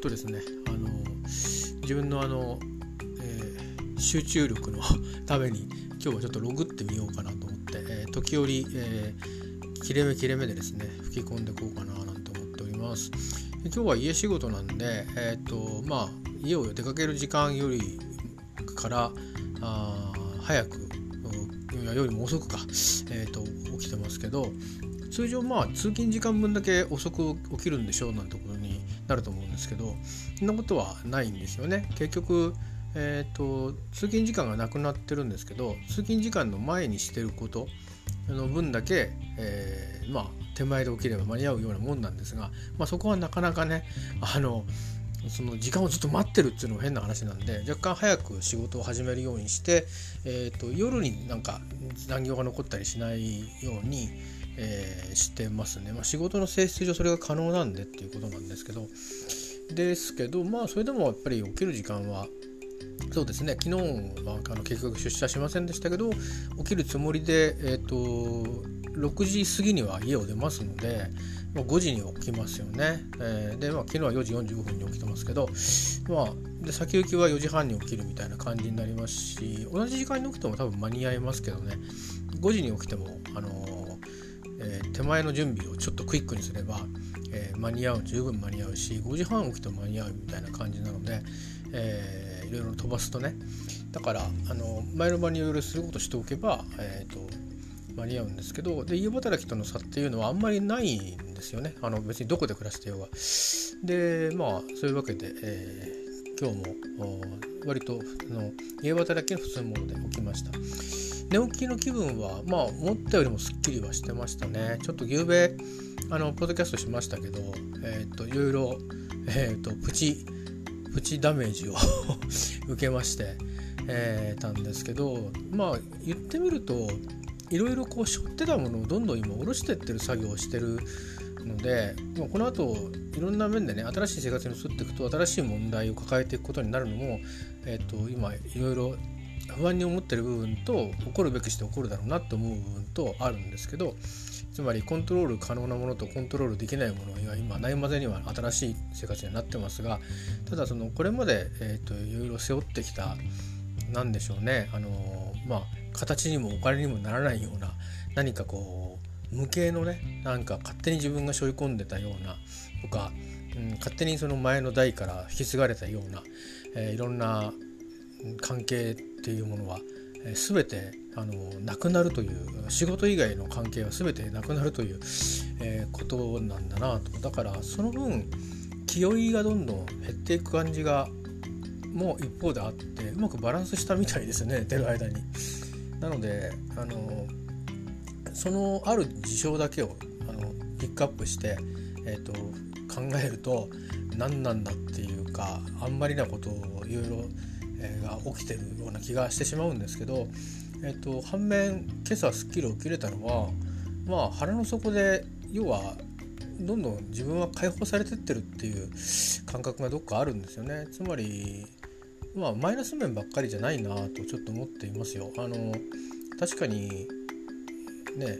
ですね、自分の集中力のために今日はちょっとログってみようかなと思って、時折、切れ目でですね吹き込んでいこうかななんて思っております。今日は家仕事なんで、家を出かける時間よりから早くよりも遅くか、起きてますけど、通常通勤時間分だけ遅く起きるんでしょうなんてことになると思うんですけど、そんなことはないんですよね。結局、通勤時間がなくなってるんですけど、通勤時間の前にしてることの分だけ、手前で起きれば間に合うようなもんなんですが、そこはなかなかねその時間をずっと待ってるっていうのも変な話なんで、若干早く仕事を始めるようにして、夜になんか残業が残ったりしないように、してますね。仕事の性質上それが可能なんでっていうことなんですけど、それでもやっぱり起きる時間はそうですね、昨日は結局出社しませんでしたけど、起きるつもりで、6時過ぎには家を出ますので、5時に起きますよね。で、昨日は4時45分に起きてますけど、で先行きは4時半に起きるみたいな感じになりますし、同じ時間に起きても多分間に合いますけどね、5時に起きても、手前の準備をちょっとクイックにすれば、十分間に合うし、5時半起きても間に合うみたいな感じなので、いろいろ飛ばすとね、だから前の晩にいろいろすることしておけば、間に合うんですけど、で家働きとの差っていうのはあんまりないんですよね。別にどこで暮らしてようが。でそういうわけで、今日も割と家働きの普通モードで起きました。寝起きの気分は思ったよりもすっきりはしてましたね。ちょっと昨べポッドキャストしましたけど、いろいろ、プチダメージを受けまして、たんですけど、言ってみるといろいろ背負ってたものをどんどん今下ろしてってる作業をしてるので、この後いろんな面でね、新しい生活に移っていくと新しい問題を抱えていくことになるのも、今いろいろ不安に思ってる部分と、起こるべくして起こるだろうなと思う部分とあるんですけど、つまりコントロール可能なものとコントロールできないものが今ないまぜには新しい生活になってますが、ただこれまで、いろいろ背負ってきたなんでしょうね、形にもお金にもならないような何か無形のね、なんか勝手に自分が背負い込んでたようなとか、勝手にその前の代から引き継がれたような、いろんな関係っていうものは、全てなくなるという、仕事以外の関係は全てなくなるという、ことなんだなと。だからその分気負いがどんどん減っていく感じがもう一方であって、うまくバランスしたみたいですね、寝てる間に。なのでそのある事象だけをピックアップして、考えると何なんだっていうか、あんまりなことをいろいろが起きてるような気がしてしまうんですけど、反面今朝すっきり起きれたのは、腹の底で要はどんどん自分は解放されてってるっていう感覚がどっかあるんですよね。つまりマイナス面ばっかりじゃないなとちょっと思っていますよ。確かにね、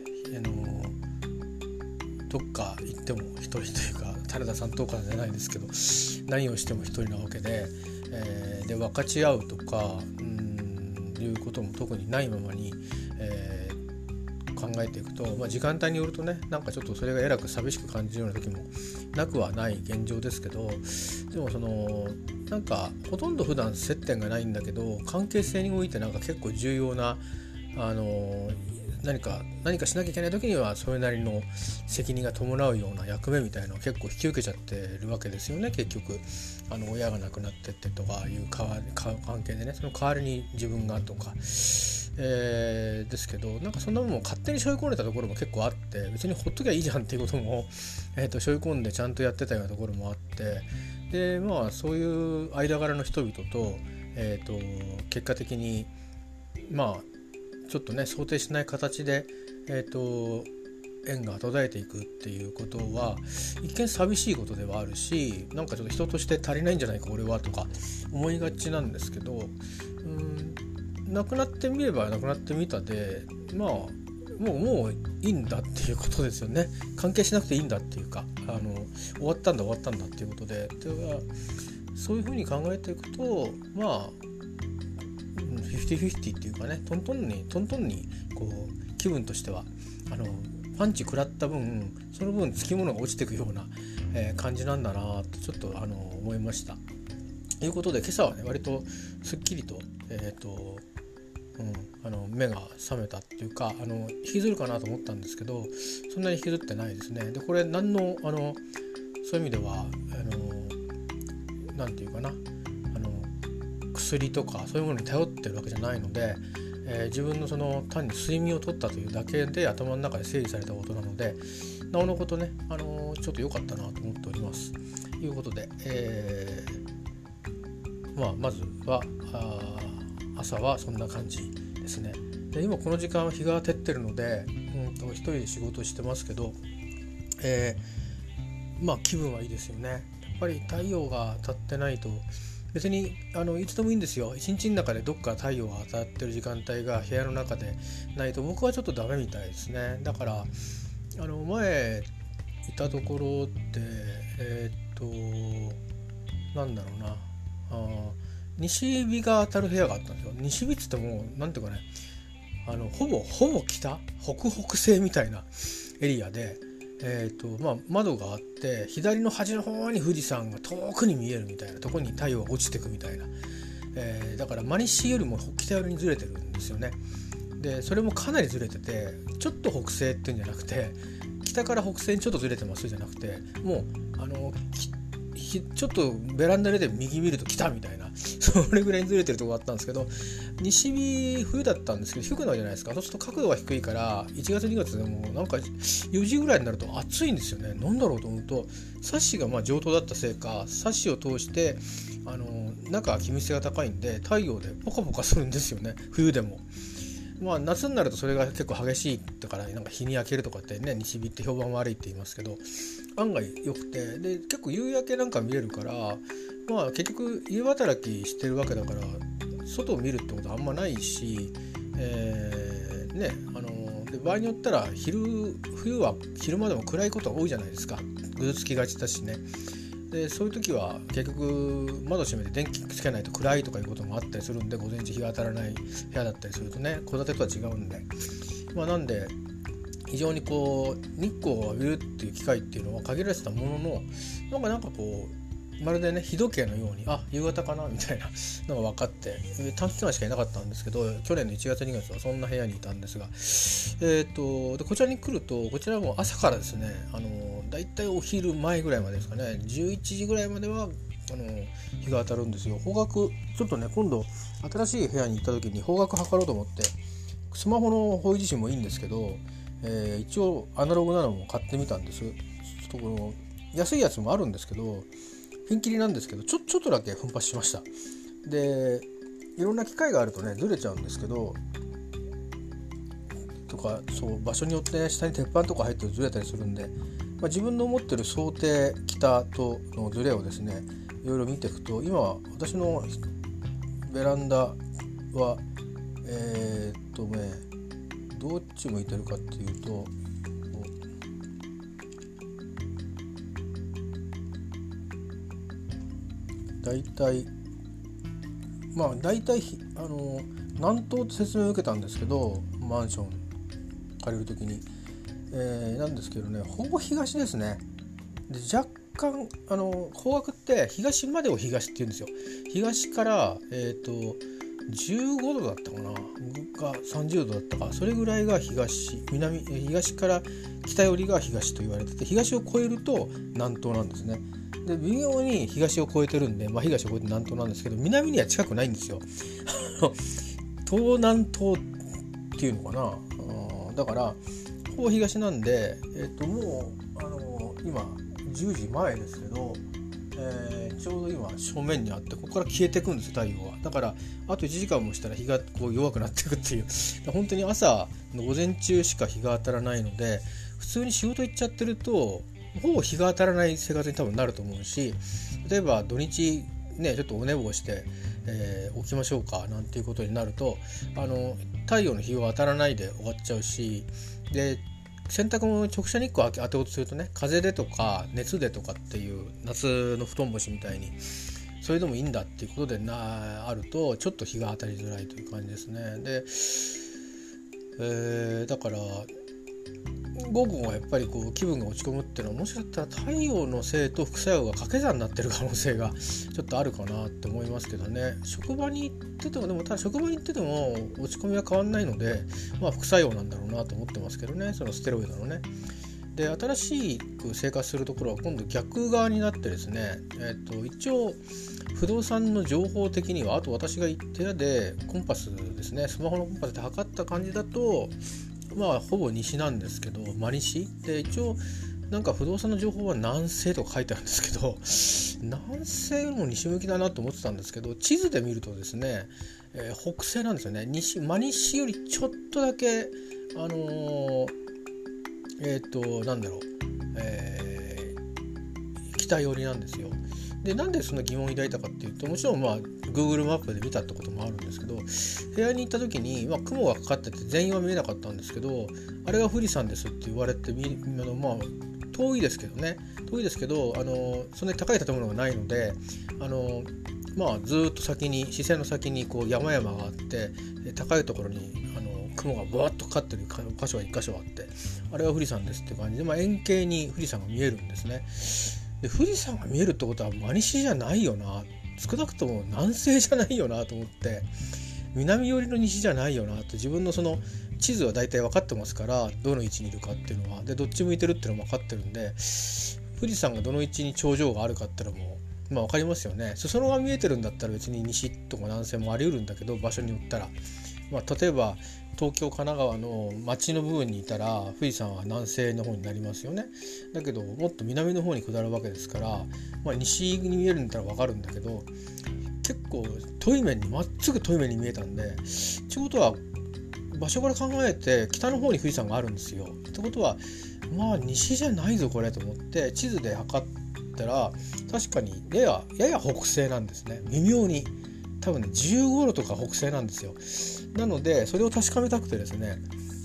どっか行っても一人というか、種田さんとかじゃないですけど、何をしても一人なわけで、で分かち合うとかいうことも特にないままに、考えていくと、時間帯によるとね、なんかちょっとそれがえらく寂しく感じるような時もなくはない現状ですけど、でもなんかほとんど普段接点がないんだけど、関係性においてなんか結構重要な何かしなきゃいけない時にはそれなりの責任が伴うような役目みたいなのを結構引き受けちゃってるわけですよね。結局親が亡くなってってとかいう関係でね、その代わりに自分がとか、ですけど、なんかそんなものを勝手に背負い込んでたところも結構あって、別にほっときゃいいじゃんっていうことも、背負い込んでちゃんとやってたようなところもあって、でそういう間柄の人々と、結果的にちょっとね想定しない形で、縁が途絶えていくっていうことは一見寂しいことではあるし、なんかちょっと人として足りないんじゃないか俺はとか思いがちなんですけど、亡くなってみれば亡くなってみたで、 もういいんだっていうことですよね。関係しなくていいんだっていうか、終わったんだっていうことで、そういうふうに考えていくと、まあ50-50っていうかね、トントンにこう気分としてはパンチ食らった分その分つきものが落ちていくような、感じなんだなとちょっと思いました。ということで今朝はね割とすっきりと目が覚めたっていうか引きずるかなと思ったんですけど、そんなに引きずってないですね。でこれ何のそういう意味ではなんていうかな薬とかそういうものに頼ってるわけじゃないので、自分のその単に睡眠をとったというだけで頭の中で整理されたことなので、なおのことねちょっと良かったなと思っております。ということで、まずは朝はそんな感じですね。で今この時間は日が照ってるので、一人で仕事してますけど、気分はいいですよね。やっぱり太陽が当たってないと別にいつでもいいんですよ。一日の中でどっか太陽が当たってる時間帯が部屋の中でないと僕はちょっとダメみたいですね。だから前いたところってなんだろうな西日が当たる部屋があったんですよ。西日っつってもなんていうかねほぼ北西みたいなエリアで、窓があって左の端の方に富士山が遠くに見えるみたいなところに太陽が落ちてくみたいな、だから真西よりも北寄りにずれてるんですよね。でそれもかなりずれてて、ちょっと北西っていうんじゃなくて北から北西にちょっとずれてますじゃなくて、もうちょっとベランダで右見ると北みたいなそれぐらいにずれてるところがあったんですけど、西日冬だったんですけど低くないじゃないですか。そうすると角度が低いから1月2月でもなんか4時ぐらいになると暑いんですよね。なんだろうと思うとサッシが上等だったせいかサッシを通して中は気密性が高いんで太陽でポカポカするんですよね、冬でも。夏になるとそれが結構激しいだからなんか日に焼けるとかってね、西日って評判悪いって言いますけど案外良くて、で結構夕焼けなんか見れるから、結局家働きしてるわけだから外を見るってことはあんまないし、で場合によったら冬は昼間でも暗いことが多いじゃないですか。ぐずつきがちだしね。でそういう時は結局窓閉めて電気つけないと暗いとかいうこともあったりするんで、午前中日が当たらない部屋だったりするとね、戸建てとは違うんで、なんで非常にこう日光を浴びるっていう機会っていうのは限られてたものの、なんかこうまるでね日時計のように夕方かなみたいなのが分かって、短期間しかいなかったんですけど、去年の1月2月はそんな部屋にいたんですが、でこちらに来るとこちらも朝からですねだいたいお昼前ぐらいまでですかね、11時ぐらいまでは日が当たるんですよ。方角ちょっとね今度新しい部屋に行った時に方角測ろうと思ってスマホの方位自身もいいんですけど、一応アナログなのも買ってみたんです。ちょっとこの安いやつもあるんですけどピンキリなんですけどちょっとだけ奮発しました。でいろんな機械があるとねずれちゃうんですけどとか、そう場所によってね下に鉄板とか入ってずれたりするんで、自分の持ってる想定北とのずれをですねいろいろ見ていくと、今私のベランダはどっち向いてるかっていうとだいたい南東って説明を受けたんですけど、マンション借りるときに、なんですけどね、ほぼ東ですね。で若干方角って東までを東って言うんですよ。東から15度だったかなが30度だったか、それぐらいが東から北寄りが東と言われてて、東を越えると南東なんですね。で微妙に東を越えてるんで、東を越えて南東なんですけど、南には近くないんですよ東南東っていうのかな、だからほぼ東なんで、もう今10時前ですけど、ちょうど今正面にあって、ここから消えていくんですよ太陽は。だからあと1時間もしたら日がこう弱くなっていくっていう本当に朝の午前中しか日が当たらないので、普通に仕事行っちゃってるとほぼ日が当たらない生活に多分なると思うし、例えば土日ちょっとお寝坊して、起きましょうかなんていうことになると太陽の日が当たらないで終わっちゃうし、で洗濯物直射日光を当てようとするとね、風でとか熱でとかっていう夏の布団干しみたいにそれでもいいんだっていうことであるとちょっと日が当たりづらいという感じですね。で、だから午後はやっぱりこう気分が落ち込むっていうのは、もしかしたら太陽のせいと副作用が掛け算になってる可能性がちょっとあるかなって思いますけどね。職場に行ってても落ち込みは変わんないので、副作用なんだろうなと思ってますけどね、そのステロイドのね。で新しく生活するところは今度逆側になってですね、一応不動産の情報的には、あと私が部屋でコンパスですね、スマホのコンパスで測った感じだとほぼ西なんですけど、真西で、一応なんか不動産の情報は南西とか書いてあるんですけど、南西よりも西向きだなと思ってたんですけど、地図で見るとですね、北西なんですよね。真西よりちょっとだけ北寄りなんですよ。でなんでそんな疑問を抱いたかっていうと、もちろんGoogle マップで見たってこともあるんですけど、部屋に行った時に、雲がかかってて全員は見えなかったんですけど、あれが富士山ですって言われて遠いですけどそんなに高い建物がないのでずっと視線の先にこう山々があって、高いところに雲がブワッとかかってる箇所が1箇所あって、あれが富士山ですって感じで、円形に富士山が見えるんですね。で富士山が見えるってことは真西じゃないよな、少なくとも南西じゃないよなと思って、南寄りの西じゃないよなと、自分のその地図は大体分かってますから、どの位置にいるかっていうのはで、どっち向いてるっていうのも分かってるんで、富士山がどの位置に頂上があるかっていうのも分かりますよね。裾野が見えてるんだったら別に西とか南西もあり得るんだけど、場所によったら例えば東京神奈川の町の部分にいたら富士山は南西の方になりますよね。だけどもっと南の方に下るわけですから、西に見えるんだったら分かるんだけど、結構まっすぐ遠い面に見えたんで、ってことは場所から考えて北の方に富士山があるんですよ。ってことは西じゃないぞこれと思って地図で測ったら、確かにやや北西なんですね。微妙に多分ね15度とか北西なんですよ。なのでそれを確かめたくてですね、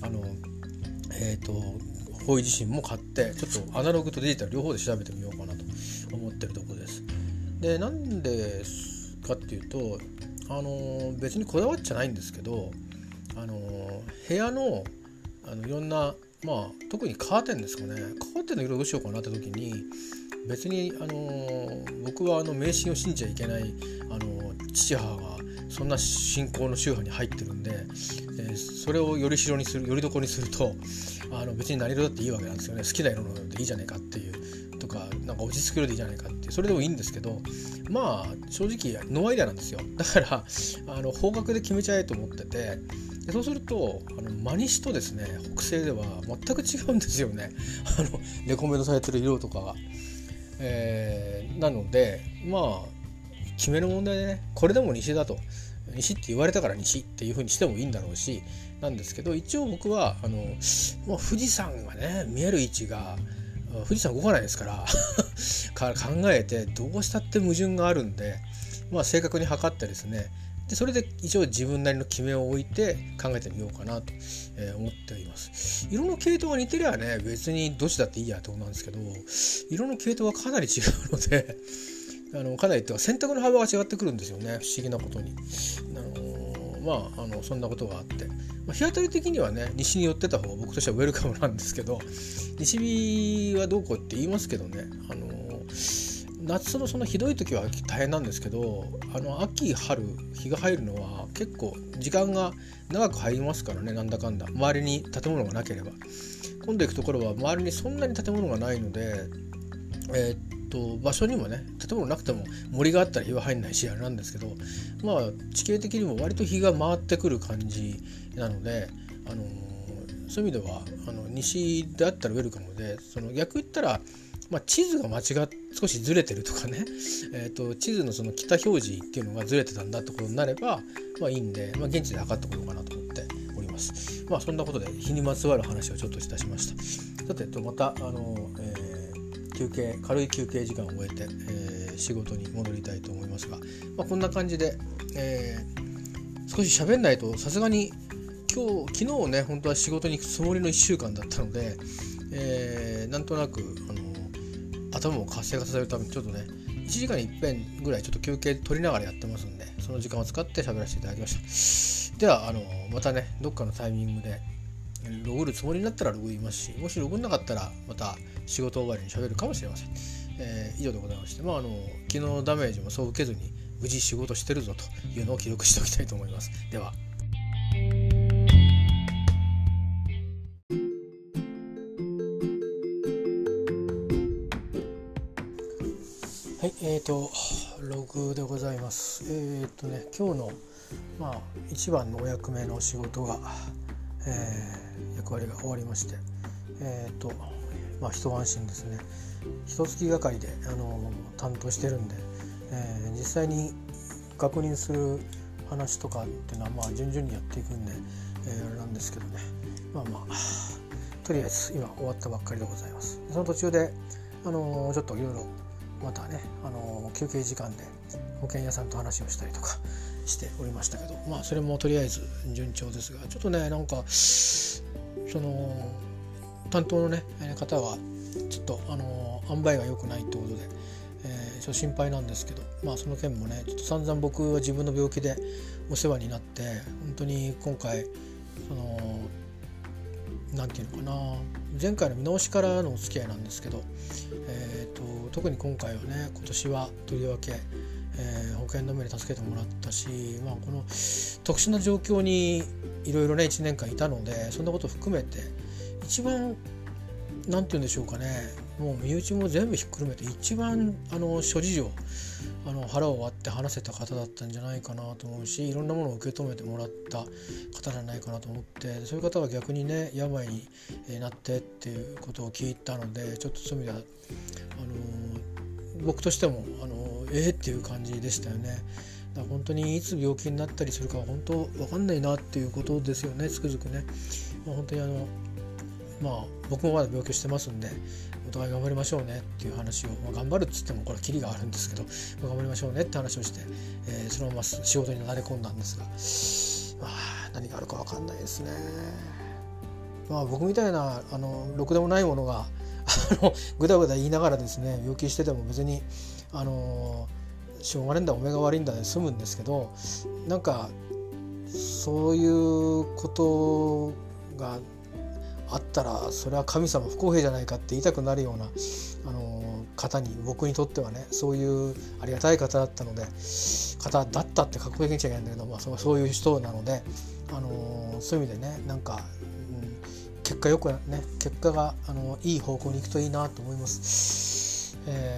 方位自身も買ってちょっとアナログとデジタル両方で調べてみようかなと思ってるところです。でなんでかっていうと、別にこだわっちゃないんですけど、部屋のいろんな特にカーテンですかね、カーテンの色どうしようかなって時に、別に僕は迷信を信じちゃいけない父母がそんな信仰の宗派に入ってるんで、それをよりどころにすると別に何色だっていいわけなんですよね。好きな色のでいいじゃないかっていうとか、なんか落ち着く色でいいじゃないかっていう、それでもいいんですけど、正直ノーアイデアなんですよ。だから方角で決めちゃえと思ってて、そうすると真西とですね北西では全く違うんですよね。レコメンドされてる色とかが。なので決める問題でね、これでも西だと、西って言われたから西っていう風にしてもいいんだろうしなんですけど、一応僕は富士山がね見える位置が富士山動かないですから考えてどうしたって矛盾があるんで、正確に測ってですね、でそれで一応自分なりの決めを置いて考えてみようかなと思っております。色の系統が似てりゃね別にどっちだっていいやってことなんですけど、色の系統はかなり違うのでかなりっていうか選択の幅が違ってくるんですよね、不思議なことに。そんなことがあって、日当たり的にはね西に寄ってた方が僕としてはウェルカムなんですけど、西日はどうこうって言いますけどね、夏のそのひどい時は大変なんですけど、秋春日が入るのは結構時間が長く入りますからね、なんだかんだ周りに建物がなければ。今度行くところは周りにそんなに建物がないので、場所にもね建物なくても森があったら日は入んないしあれなんですけど、地形的にも割と日が回ってくる感じなので、そういう意味では西であったらウェルカムで、逆言ったら地図が少しずれてるとかね、地図のその北表示っていうのがずれてたんだってことになればいいんで、現地で測ってこようかなと思っております。そんなことで日にまつわる話をちょっといたしました。さてまた軽い休憩時間を終えて、 仕事に戻りたいと思いますが、こんな感じで、少し喋んないとさすがに昨日ね本当は仕事に行くつもりの1週間だったので、なんとなく頭を活性化させるためにちょっとね1時間に一遍ぐらいちょっと休憩取りながらやってますんで、その時間を使って喋らせていただきました。ではまたねどっかのタイミングでログるつもりになったらログ言いますし、もしログんなかったらまた仕事終わりに喋るかもしれません。以上でございまして、昨日のダメージもそう受けずに無事仕事してるぞというのを記録しておきたいと思います。では。はい、ログでございます。今日の一番のお役目の仕事が、役割が終わりまして、一安心ですね。一月がかりで担当してるんで、実際に確認する話とかっていうのは順々にやっていくんで、あれなんですけどね、とりあえず今終わったばっかりでございます。その途中でちょっといろいろまたね休憩時間で保険屋さんと話をしたりとかしておりましたけど、それもとりあえず順調ですが、ちょっとねなんかその担当のね方がちょっと塩梅が良くないってことで、ちょっと心配なんですけど、その件もねちょっと散々僕は自分の病気でお世話になって、本当に今回なんていうのかな、前回の見直しからのお付き合いなんですけど、特に今回はね今年はとりわけ、保険の目で助けてもらったし、この特殊な状況にいろいろね1年間いたので、そんなことを含めて一番なんていうんでしょうかね、もう身内も全部ひっくるめて一番諸事情腹を割って話せた方だったんじゃないかなと思うし、いろんなものを受け止めてもらった方じゃないかなと思って、そういう方が逆にね病になってっていうことを聞いたので、ちょっとそういう意味では僕としてもっていう感じでしたよね。だから本当にいつ病気になったりするかは本当分かんないなっていうことですよね、つくづくね。本当に僕もまだ病気してますんで、お互い頑張りましょうねっていう話を、頑張るっつってもこれはキリがあるんですけど、頑張りましょうねって話をして、そのまま仕事に慣れ込んだんですが、何があるか分かんないですね。僕みたいなろくでもないものがぐだぐだ言いながらですね、病気してても別にしょうがねえんだお目が悪いんだで済むんですけど、なんかそういうことがあったらそれは神様不公平じゃないかって言いたくなるような方に、僕にとってはねそういうありがたい方だったので、方だったってかっこよく言っちゃいけないんだけど、そういう人なので、そういう意味でねなんか、結果がいい方向に行くといいなと思います。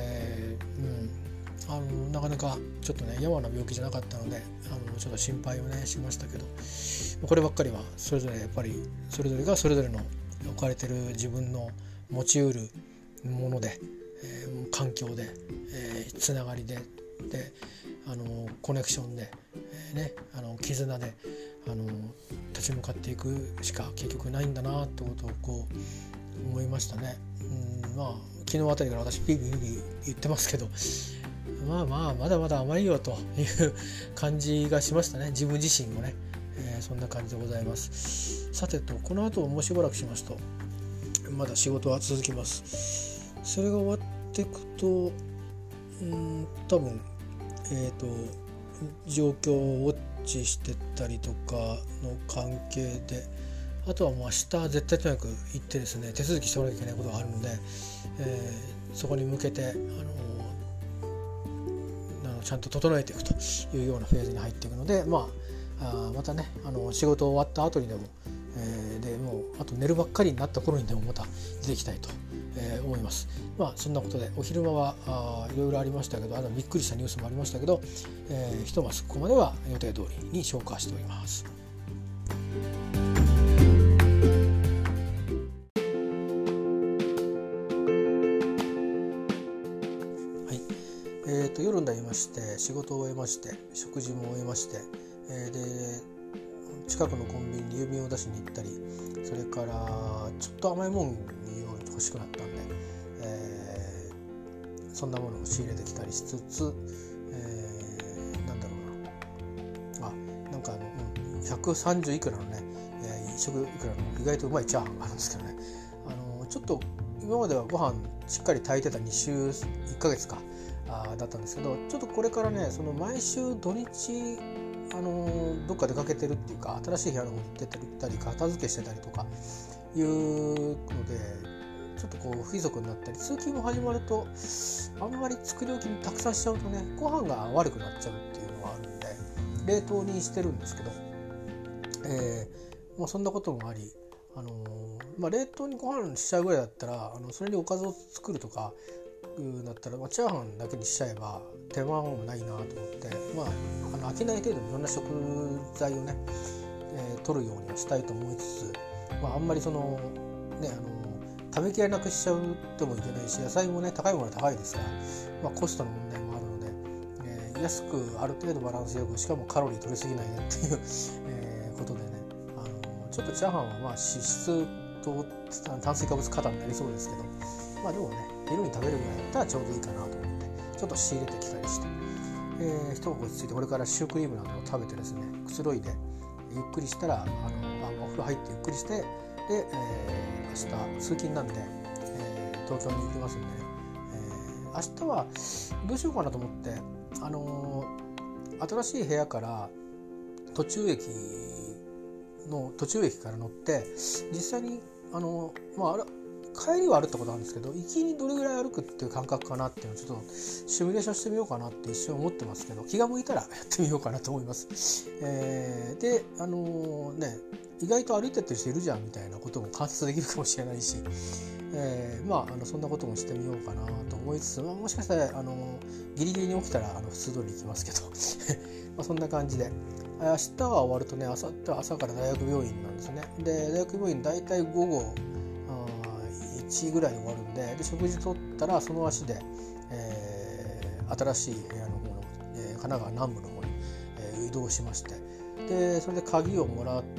なかなかちょっとねやわな病気じゃなかったのでちょっと心配をねしましたけど、こればっかりはそれぞれやっぱりそれぞれがそれぞれの置かれてる自分の持ちうるもので、環境で、つながりでコネクションで、絆で立ち向かっていくしか結局ないんだなってことを思いましたね。昨日あたりから私ピーピー言ってますけど、まだまだ甘いよという感じがしましたね、自分自身もね。そんな感じでございます。さてと、この後もしばらくしますとまだ仕事は続きます。それが終わっていくと多分状況をウォッチしてたりとかの関係で、あとはもう明日絶対とにかく行ってですね手続きしておかなきゃいけないことがあるので、そこに向けてちゃんと整えていくというようなフェーズに入っていくので、またね仕事終わった後にでも、もうあと寝るばっかりになった頃にでもまた出ていきたいと、思います。そんなことでお昼間はいろいろありましたけど、びっくりしたニュースもありましたけど、ひとまずここまでは予定通りに消化しております。夜になりまして仕事を終えまして食事も終えまして、で近くのコンビニに郵便を出しに行ったり、それからちょっと甘いもんに欲しくなったんで、 そんなものを仕入れてきたりしつつ、なんだろうな、なんか130いくらのね、1食いくらの意外とうまいチャーハンがあるんですけどね、ちょっと今まではご飯しっかり炊いてた2週1ヶ月かだったんですけど、ちょっとこれからね、その毎週土日どっか出かけてるっていうか、新しい部屋の方に出てたり片付けしてたりとかいうので、ちょっとこう不規則になったり、通勤も始まるとあんまり作り置きにたくさんしちゃうとね、ご飯が悪くなっちゃうっていうのがあるんで冷凍にしてるんですけど、そんなこともあり、冷凍にご飯しちゃうぐらいだったら、それにおかずを作るとかだったら、チャーハンだけにしちゃえば手間もないなと思って、飽きない程度にいろんな食材をね、取るようにはしたいと思いつつ、あんまりそのね、食べきれなくしちゃうってもいけないし、野菜もね高いものは高いですから、コストの問題もあるので、安くある程度バランスよく、しかもカロリー取りすぎないでっていう、ことでね、ちょっとチャーハンは脂質と炭水化物過多になりそうですけど、でもね、昼に食べるぐらいだったらちょうどいいかなと思ってちょっと仕入れてきたりして、一落ち着いてこれからシュークリームなどを食べてですね、くつろいでゆっくりしたらお風呂入ってゆっくりして、で、明日通勤なんで、東京に行きますんでね、明日はどうしようかなと思って、新しい部屋から途中駅から乗って実際に帰りは歩ったことあるんですけど、行きにどれぐらい歩くっていう感覚かなっていうのをちょっとシミュレーションしてみようかなって一瞬思ってますけど、気が向いたらやってみようかなと思います。で意外と歩いてってる人いるじゃんみたいなことも観察できるかもしれないし、そんなこともしてみようかなと思いつつ、もしかしたらギリギリに起きたら普通通り行きますけどそんな感じで、明日は終わるとね、明後日は朝から大学病院なんですね。で、大学病院だいたい午後1時ぐらいに終わるんで、食事とったらその足で、新しい部屋の方の、神奈川南部の方に、移動しまして、でそれで鍵をもらって、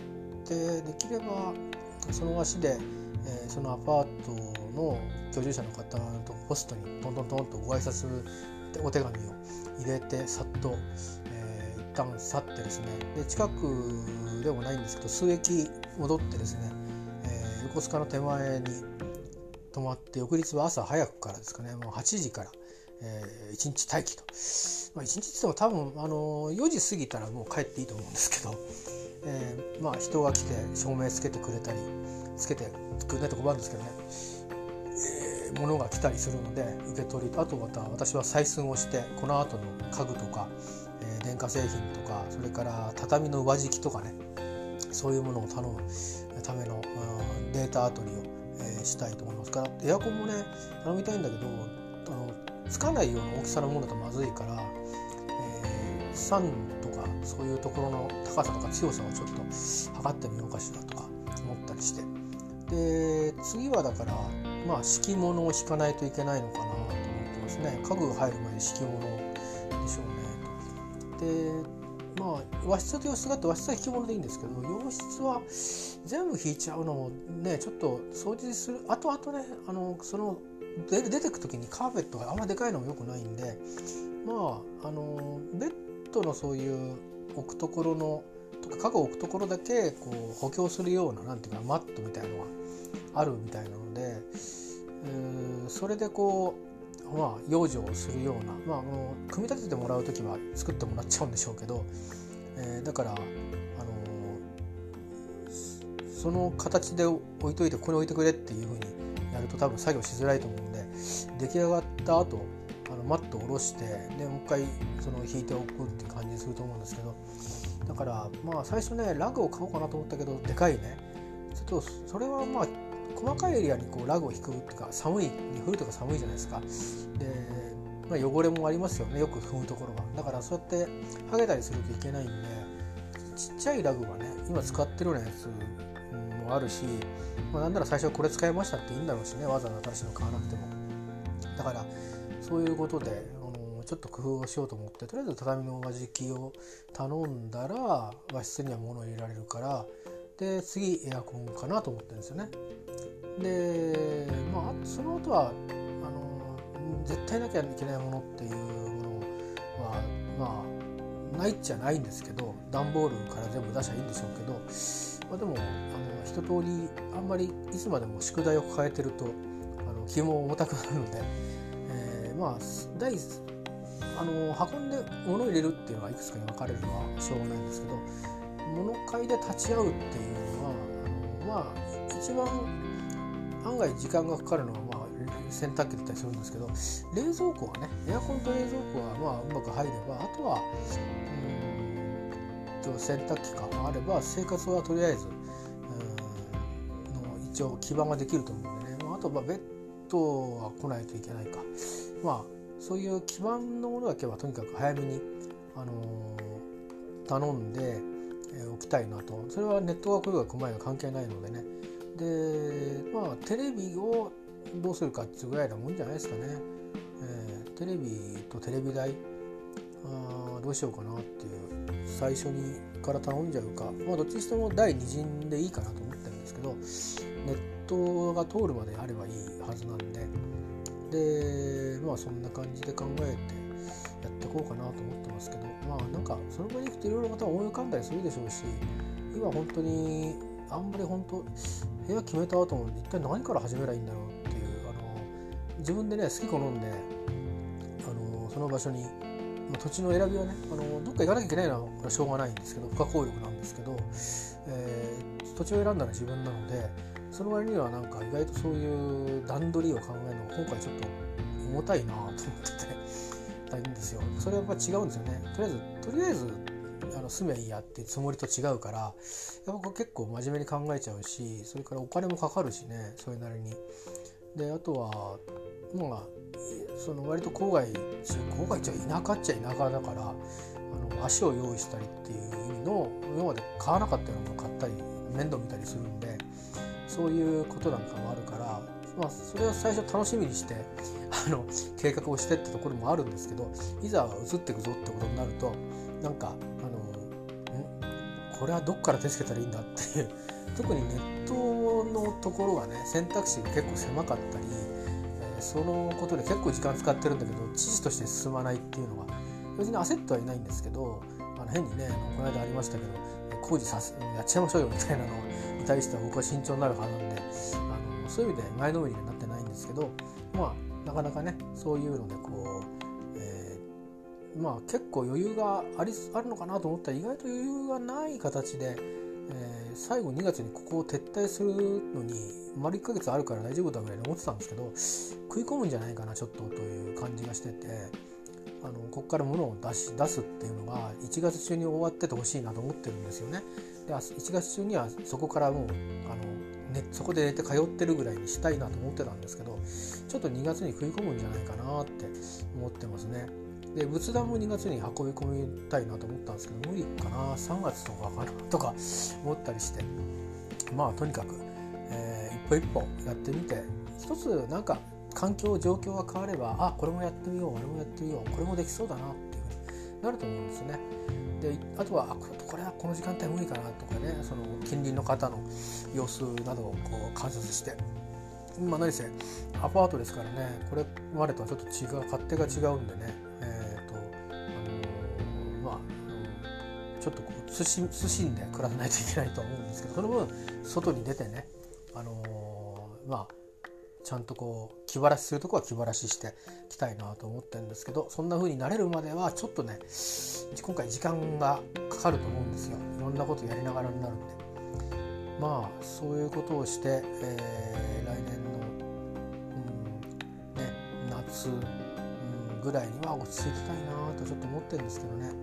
できればその足で、そのアパートの居住者の方のポストにトントントンとご挨拶お手紙を入れて、さっと、一旦去ってですね、で近くでもないんですけど数駅戻ってですね、横須賀の手前に泊まって、翌日は朝早くからですかね、もう8時から、1日待機と、1日って言っても多分4時過ぎたらもう帰っていいと思うんですけど、人が来て照明つけてくれたり、つけてくれないと困るんですけどね、物が来たりするので受け取りと、あとまた私は採寸をして、この後の家具とか、電化製品とか、それから畳の上敷きとかね、そういうものを頼むためのデータ取りをしたいと思いますから、エアコンもね頼みたいんだけど、つかないような大きさのものだとまずいから、3とかそういうところの高さとか強さをちょっと測ってみようかしらとか思ったりして、で次はだから敷物を敷かないといけないのかなと思ってますね。家具が入る前に敷物でしょうねと。で和室と洋室があって、和室は引き物でいいんですけど、洋室は全部引いちゃうのもね、ちょっと掃除するあとね、その出てく時にカーペットがあんまでかいのも良くないんで、ベッドのそういう置くところのとか家具を置くところだけこう補強するような、なんていうかマットみたいなのがあるみたいなので、それでこう養生をするような、組み立ててもらう時は作ってもらっちゃうんでしょうけど、だからその形で置いといて、ここに置いてくれっていう風にやると多分作業しづらいと思うんで、出来上がった後マットを下ろして、でもう一回その引いておくっていう感じにすると思うんですけど、だから最初ねラグを買おうかなと思ったけど、でかいね、ちょっとそれは細かいエリアにこうラグを引くっていうか、冬とか寒いじゃないですか。で、汚れもありますよね、よく踏むところは。だからそうやって剥げたりするといけないんで、ちっちゃいラグがね今使ってるようなやつもあるし、なんなら最初はこれ使いましたっていいんだろうしね、わざわざ新しいの買わなくても。だからそういうことでちょっと工夫をしようと思って、とりあえず畳の上敷きを頼んだら和室には物を入れられるから、で次エアコンかなと思ってるんですよね。でその後は絶対なきゃいけないものっていうものはないっちゃないんですけど、段ボールから全部出しゃいいんでしょうけど、でも一通りあんまりいつまでも宿題を抱えてると気も重たくなるので、運んで物を入れるっていうのはいくつかに分かれるのはしょうがないんですけど、物買いで立ち会うっていうのは一番案外時間がかかるのは洗濯機だったりするんですけど、冷蔵庫はね、エアコンと冷蔵庫がうまく入れば、あとは洗濯機かあれば生活はとりあえず一応基盤ができると思うんでね、あとベッドは来ないといけないか、そういう基盤のものだけはとにかく早めに、頼んでおきたいなと。それはネットが来るか来ないか関係ないのでね。でテレビをどうするかっていうぐらいなもんじゃないですかね。テレビとテレビ台どうしようかなっていう、最初にから頼んじゃうか、どっちにしても第2陣でいいかなと思ってるんですけど、ネットが通るまであればいいはずなんで、そんな感じで考えてやっていこうかなと思ってますけど、なんかその場に行くといろいろまた思い浮かんだりするでしょうし、今本当にあんまり部屋決めた後も一体何から始めればいいんだろうっていう、自分でね好き好んでその場所に土地の選びはねどっか行かなきゃいけないのはしょうがないんですけど、不可抗力なんですけど、土地を選んだのは自分なので、その割にはなんか意外とそういう段取りを考えるのが今回ちょっと重たいなと思っててたいんですよ。それはやっぱ違うんですよね。とりあえず住めばいいやっていうつもりと違うから、やっぱ結構真面目に考えちゃうし、それからお金もかかるしね、それなりに。であとはその割と郊外っちゃ田舎っちゃ田舎だから、足を用意したりっていう意味の今まで買わなかったようなものを買ったり面倒見たりするんで、そういうことなんかもあるから、それは最初楽しみにして計画をしてってところもあるんですけど、いざ移っていくぞってことになると、なんかこれはどっから手つけたらいいんだっていう特にネットのところがね、選択肢が結構狭かったり、そのことで結構時間使ってるんだけど知事として進まないっていうのが、別に焦ってはいないんですけど、変にねこの間ありましたけど工事やっちゃいましょうよみたいなのに対しては僕は慎重になる派なんで、そういう意味で前のめりになってないんですけど、なかなかねそういうので結構余裕があるのかなと思ったら意外と余裕がない形で、最後2月にここを撤退するのに丸1ヶ月あるから大丈夫だぐらいに思ってたんですけど、食い込むんじゃないかなちょっとという感じがしてて、ここから物を出すっていうのが1月中に終わっててほしいなと思ってるんですよね。で1月中にはそこからもうそこで寝て通ってるぐらいにしたいなと思ってたんですけど、ちょっと2月に食い込むんじゃないかなって思ってますね。で仏壇も2月に運び込みたいなと思ったんですけど、無理かな、3月とかかなとか思ったりして、とにかく、一歩一歩やってみて、一つなんか状況が変われば、これもやってみよう、あれもやってみよう、これもできそうだなっていう風になると思うんですね。であとはこれはこの時間帯無理かなとかね、その近隣の方の様子などを観察して、何せアパートですからね、これまでとはちょっと勝手が違うんでね、ちょっと慎んで暮らさないといけないと思うんですけど、その分外に出てね、ちゃんと気晴らしするとこは気晴らししていきたいなと思ってるんですけど、そんな風になれるまではちょっとね今回時間がかかると思うんですよ。いろんなことやりながらになるんで、そういうことをして、来年の、夏、ぐらいには落ち着きたいなとちょっと思ってるんですけどね。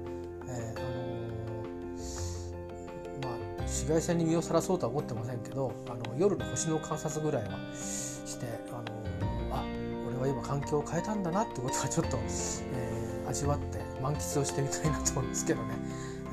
紫外線に身をさらそうとは思ってませんけど、夜の星の観察ぐらいはして、俺は今環境を変えたんだなってことはちょっと、味わって満喫をしてみたいなと思うんですけどね。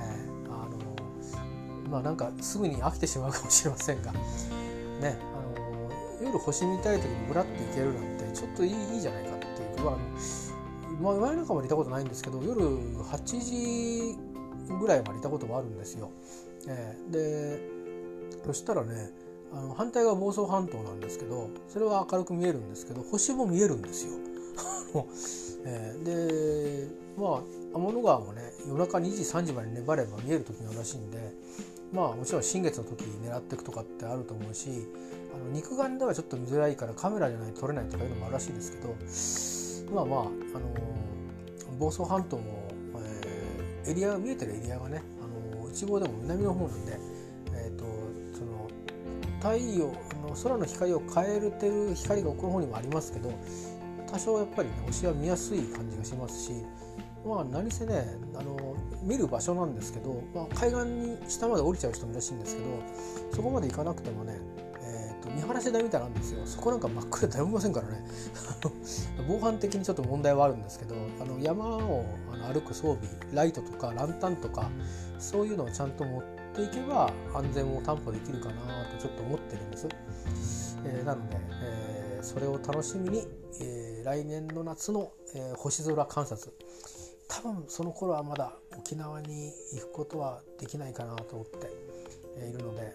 なんかすぐに飽きてしまうかもしれませんがね、夜星見たい時にブラッと行けるなんてちょっといいじゃないかっていうか、前なんかまでいたことないんですけど、夜8時ぐらいまでいたこともあるんですよ。でそしたらね、反対が房総半島なんですけど、それは明るく見えるんですけど星も見えるんですよで天の川もね夜中2時3時まで粘れば見える時があるらしいんで、もちろん新月の時狙っていくとかってあると思うし、肉眼ではちょっと見づらいからカメラじゃないと撮れないとかいうのもあるらしいですけど、房総半島も、エリア見えてるエリアがね内房でも南の方なんで、その太陽の空の光を変えてる光が奥の方にもありますけど、多少やっぱりね星は見やすい感じがしますし、何せね見る場所なんですけど、海岸に下まで降りちゃう人もいるらしいんですけど、そこまで行かなくてもね、見晴らし台みたいなのあるんですよ。そこなんか真っ暗で誰もいませんからね防犯的にちょっと問題はあるんですけど、山を歩く装備ライトとかランタンとかそういうのをちゃんと持っていけば安全を担保できるかなとちょっと思ってるんです。なので、それを楽しみに、来年の夏の、星空観察、多分その頃はまだ沖縄に行くことはできないかなと思って、いるので、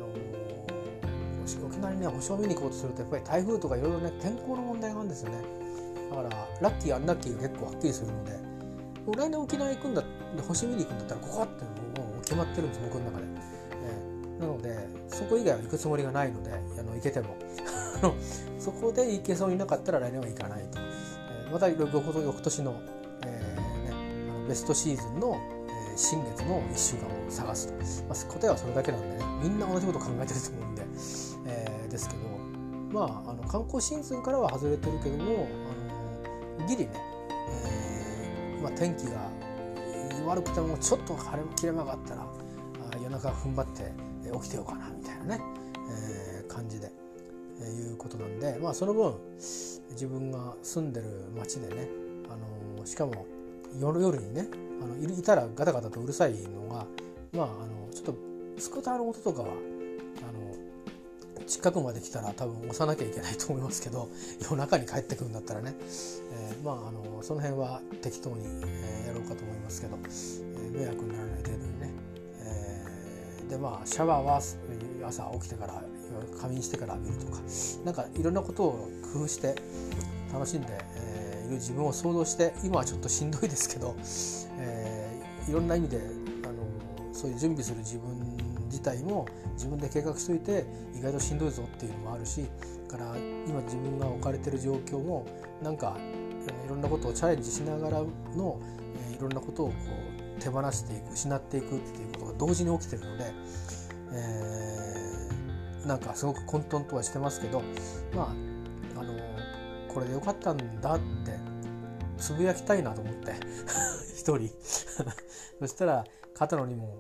沖縄にね星を見に行こうとするとやっぱり台風とかいろいろね天候の問題があるんですよね。だからラッキーアンラッキーが結構はっきりするので、来年沖縄行くんだ星見に行くんだったらここってもう決まってるんです僕の中で。なのでそこ以外は行くつもりがないので行けてもそこで行けそうになかったら来年は行かないと。また翌年の、ベストシーズンの、新月の1週間を探すと、答えはそれだけなんでね、みんな同じことを考えてると思うんで、ですけど観光シーズンからは外れてるけどもギリね、天気が悪くてもちょっと晴れ切れ間があったら夜中踏ん張って起きてようかなみたいなね、感じで、いうことなんで、その分自分が住んでる町でね、しかも夜にねいたらガタガタとうるさいのが、ちょっとスクーターの音とかは近くまで来たら多分押さなきゃいけないと思いますけど、夜中に帰ってくるんだったらね、その辺は適当に、やろうかと思いますけど、迷惑にならない程度にね、でシャワーは朝起きてから仮眠してから浴びるとか、なんかいろんなことを工夫して楽しんで、いる自分を想像して、今はちょっとしんどいですけど、いろんな意味でそういう準備する自分自体も自分で計画しといて意外としんどいぞっていうのもあるし、から今自分が置かれてる状況もなんかいろんなことをチャレンジしながらの、いろんなことをこう手放していく失っていくっていうことが同時に起きてるので、なんかすごく混沌とはしてますけど、これでよかったんだってつぶやきたいなと思って一人そしたら肩の荷も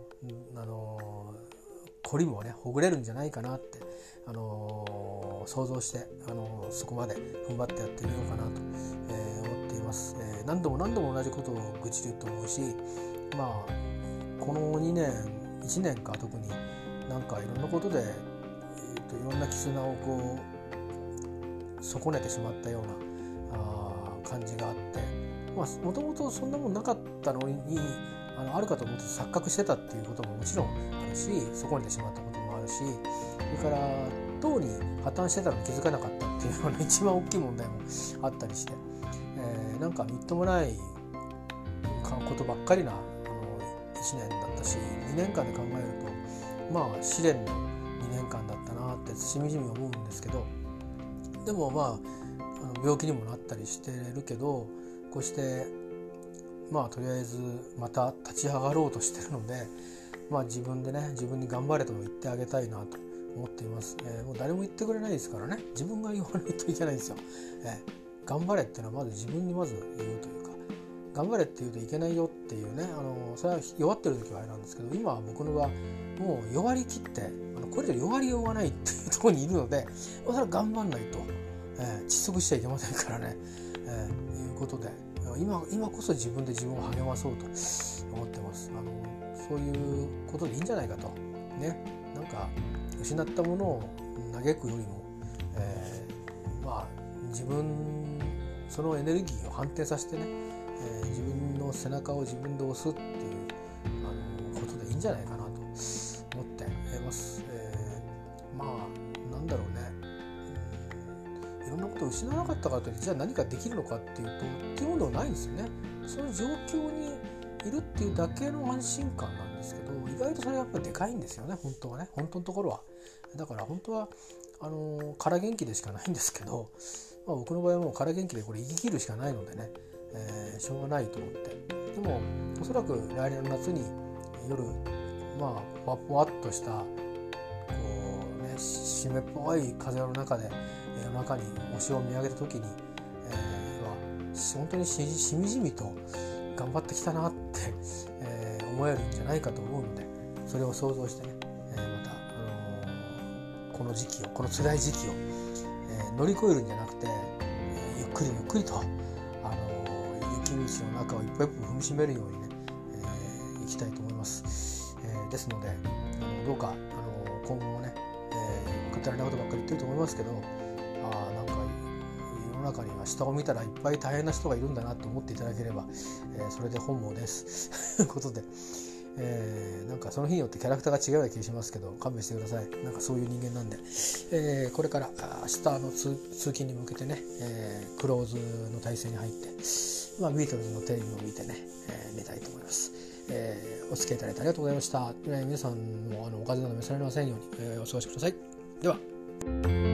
こりもねほぐれるんじゃないかなって、想像して、そこまで踏ん張ってやってみようかなと、思っています。何度も同じことを愚痴ると思うし、この2年1年か特になんかいろんなことで、いろんな絆をこう損ねてしまったような感じがあって、もともとそんなもんなかったのにあるかと思って錯覚してたっていうことももちろんあるし、損ねてしまったこともあるし、それからどうに破綻してたのに気づかなかったっていうような一番大きい問題もあったりして、なんかみっともないことばっかりな1年だったし、2年間で考えると試練の2年間だったなってしみじみ思うんですけど、でも病気にもなったりしてるけど、こうしてとりあえずまた立ち上がろうとしてるので、自分でね自分に頑張れと言ってあげたいなと思っています。もう誰も言ってくれないですからね、自分が言わないといけないんですよ。頑張れっていうのはまず自分にまず言うというか、頑張れって言うといけないよっていうね、それは弱ってる時はあれなんですけど、今は僕のはもう弱りきってこれ以上弱りようがないっていうところにいるので、それは頑張んないと、窒息しちゃいけませんからね、いうことで今こそ自分で自分を励まそうと思ってます。そういうことでいいんじゃないかとね。なんか失ったものを嘆くよりも、自分そのエネルギーを反転させてね、自分の背中を自分で押すっていうことでいいんじゃないかなと思っています。なんだろうね、いろんなことを失わなかったからといってじゃあ何かできるのかっていうとっていうものはないんですよね。その状況にいるっていうだけの安心感なんですけど、意外とそれはやっぱりでかいんですよね、本当はね、本当のところは。だから本当は空元気でしかないんですけど、僕の場合はもう空元気でこれ生き切るしかないのでね、しょうがないと思って。でもおそらく来年の夏に夜ぽわぽわっとしたこうね湿っぽい風の中で夜中に星を見上げた時に、本当にしみじみと頑張ってきたなって、思えるんじゃないかと思うので、それを想像してね、また、この時期をこの辛い時期を、乗り越えるんじゃなくて、ゆっくりゆっくりと、雪道の中を一歩一歩踏みしめるようにね、行きたいと思います。ですのでどうか今後もね、くだらないことばっかり言ってると思いますけど、なんか世の中には下を見たらいっぱい大変な人がいるんだなと思っていただければ、それで本望ですということで、なんかその日によってキャラクターが違うような気がしますけど勘弁してください。なんかそういう人間なんで、これから明日の通勤に向けてね、クローズの体制に入って、ビートルズのテレビを見てね、寝たいと思います。お付き合いいただいてありがとうございました。皆さんもお風邪など召されませんように、お過ごしください。では。